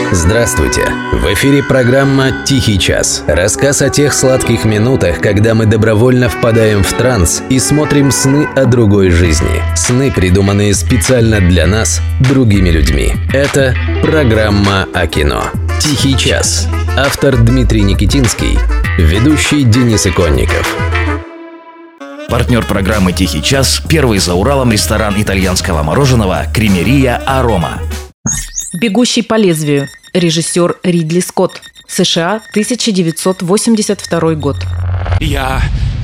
Здравствуйте! В эфире программа «Тихий час». Рассказ о тех сладких минутах, когда мы добровольно впадаем в транс и смотрим сны о другой жизни. Сны, придуманные специально для нас, другими людьми. Это программа о кино. «Тихий час». Автор Дмитрий Никитинский. Ведущий Денис Иконников. Партнер программы «Тихий час» – первый за Уралом ресторан итальянского мороженого «Кремерия Арома». «Бегущий по лезвию». Режиссер Ридли Скотт. США, 1982 год. Я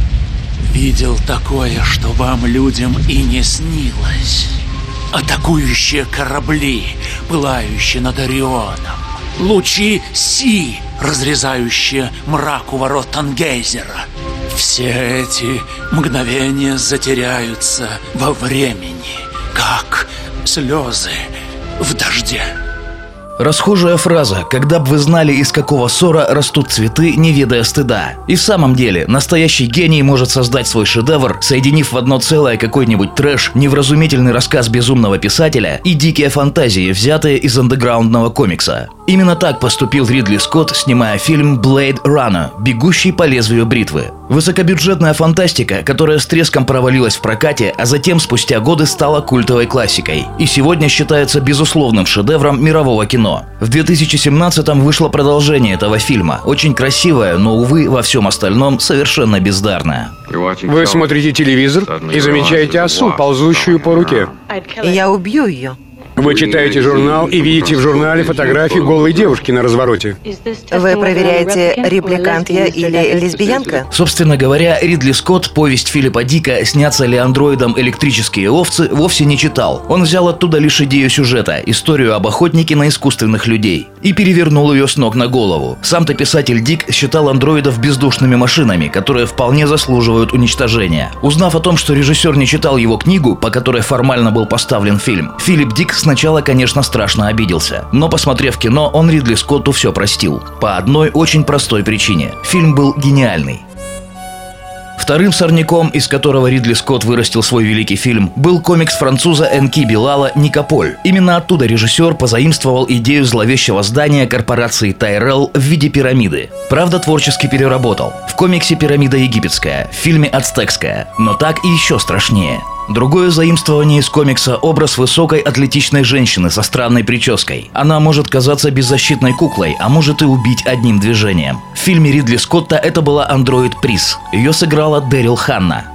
видел такое, что вам, людям, и не снилось. Атакующие корабли, пылающие над Орионом. Лучи Си, разрезающие мрак у ворот Тангейзера. Все эти мгновения затеряются во времени, как слезы в дожде. Расхожая фраза «когда б вы знали, из какого ссора растут цветы, не ведая стыда». И в самом деле, настоящий гений может создать свой шедевр, соединив в одно целое какой-нибудь трэш, невразумительный рассказ безумного писателя и дикие фантазии, взятые из андеграундного комикса. Именно так поступил Ридли Скотт, снимая фильм «Blade Runner» – «Бегущий по лезвию бритвы». Высокобюджетная фантастика, которая с треском провалилась в прокате, а затем спустя годы стала культовой классикой. И сегодня считается безусловным шедевром мирового кино. В 2017-м вышло продолжение этого фильма. Очень красивое, но, увы, во всем остальном совершенно бездарное. Вы смотрите телевизор и замечаете осу, ползущую по руке. Я убью ее. Вы читаете журнал и видите в журнале фотографии голой девушки на развороте. Вы проверяете, репликант я или лесбиянка? Собственно говоря, Ридли Скотт повесть Филиппа Дика «Снятся ли андроидам электрические овцы» вовсе не читал. Он взял оттуда лишь идею сюжета, историю об охотнике на искусственных людей, и перевернул ее с ног на голову. Сам-то писатель Дик считал андроидов бездушными машинами, которые вполне заслуживают уничтожения. Узнав о том, что режиссер не читал его книгу, по которой формально был поставлен фильм, Филипп Дик сначала, конечно, страшно обиделся. Но, посмотрев кино, он Ридли Скотту все простил. По одной очень простой причине. Фильм был гениальный. Вторым сорняком, из которого Ридли Скотт вырастил свой великий фильм, был комикс француза Энки Билала «Никополь». Именно оттуда режиссер позаимствовал идею зловещего здания корпорации Тайрелл в виде пирамиды. Правда, творчески переработал. В комиксе пирамида египетская, в фильме ацтекская, но так и еще страшнее. Другое заимствование из комикса – образ высокой атлетичной женщины со странной прической. Она может казаться беззащитной куклой, а может и убить одним движением. В фильме Ридли Скотта это была андроид Прис. Ее сыграла Дэрил Ханна.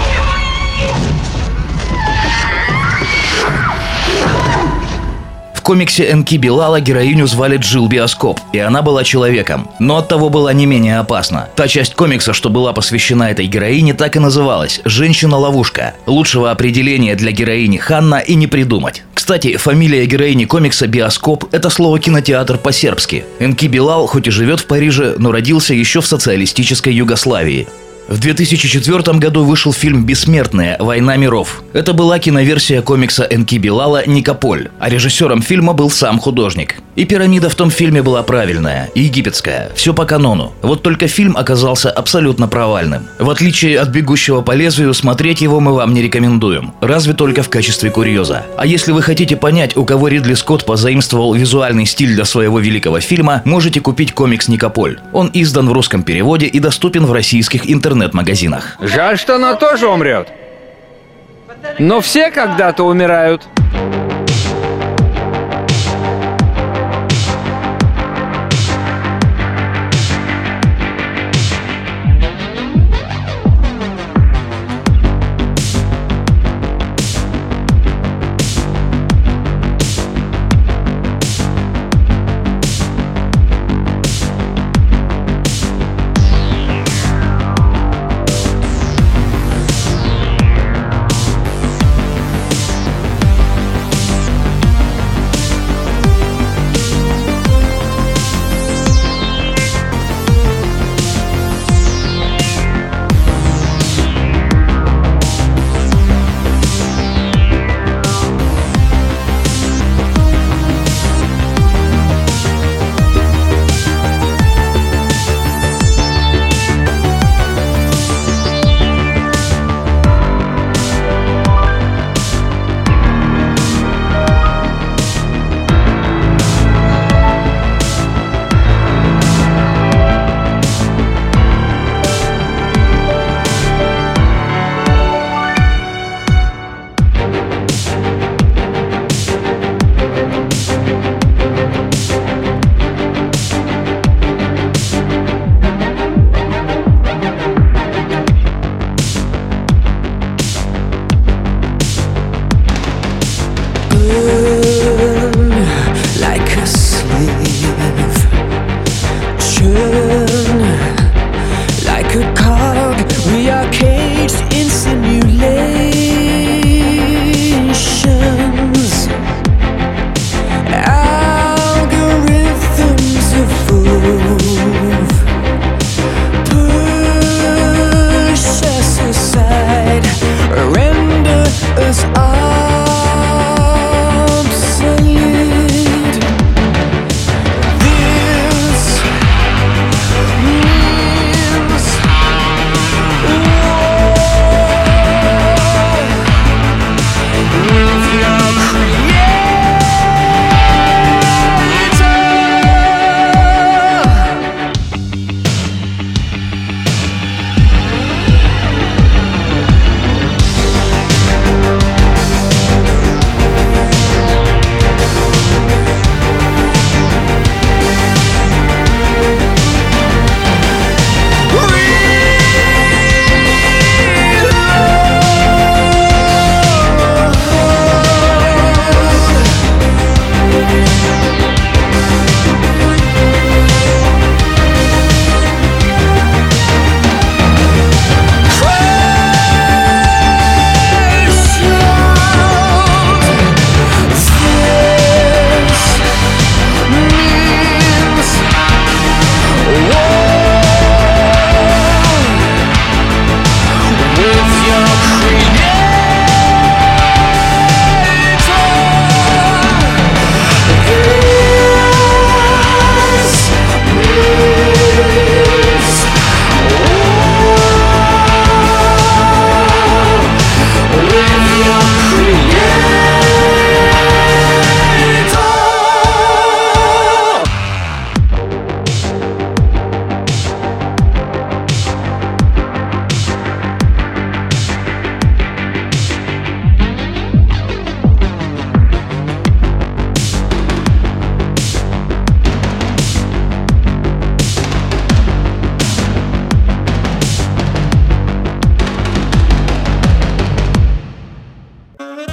В комиксе Энки Билала героиню звали Джилл Биоскоп, и она была человеком, но оттого была не менее опасна. Та часть комикса, что была посвящена этой героине, так и называлась «Женщина-ловушка». Лучшего определения для героини Ханна и не придумать. Кстати, фамилия героини комикса Биоскоп – это слово кинотеатр по-сербски. Энки Билал хоть и живет в Париже, но родился еще в социалистической Югославии. В 2004 году вышел фильм «Бессмертные. Война миров». Это была киноверсия комикса Энки Билала «Никополь», а режиссером фильма был сам художник. И пирамида в том фильме была правильная, и египетская, все по канону. Вот только фильм оказался абсолютно провальным. В отличие от «Бегущего по лезвию», смотреть его мы вам не рекомендуем, разве только в качестве курьеза. А если вы хотите понять, у кого Ридли Скотт позаимствовал визуальный стиль для своего великого фильма, можете купить комикс «Никополь». Он издан в русском переводе и доступен в российских интернет-магазинах. Жаль, что она тоже умрет. Но все когда-то умирают.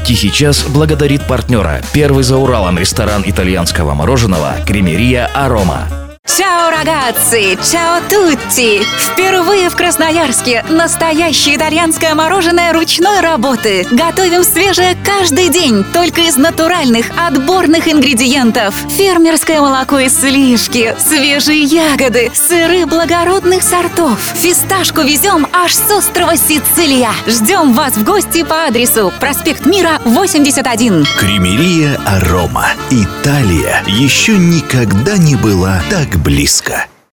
«Тихий час» благодарит партнера. Первый за Уралом ресторан итальянского мороженого «Кремерия Арома». Чао, рагацци! Чао, тутти! Впервые в Красноярске настоящее итальянское мороженое ручной работы. Готовим свежее каждый день, только из натуральных, отборных ингредиентов. Фермерское молоко из сливки, свежие ягоды, сыры благородных сортов. Фисташку везем аж с острова Сицилия. Ждем вас в гости по адресу проспект Мира, 81. Кремерия Арома. Италия еще никогда не была так близко.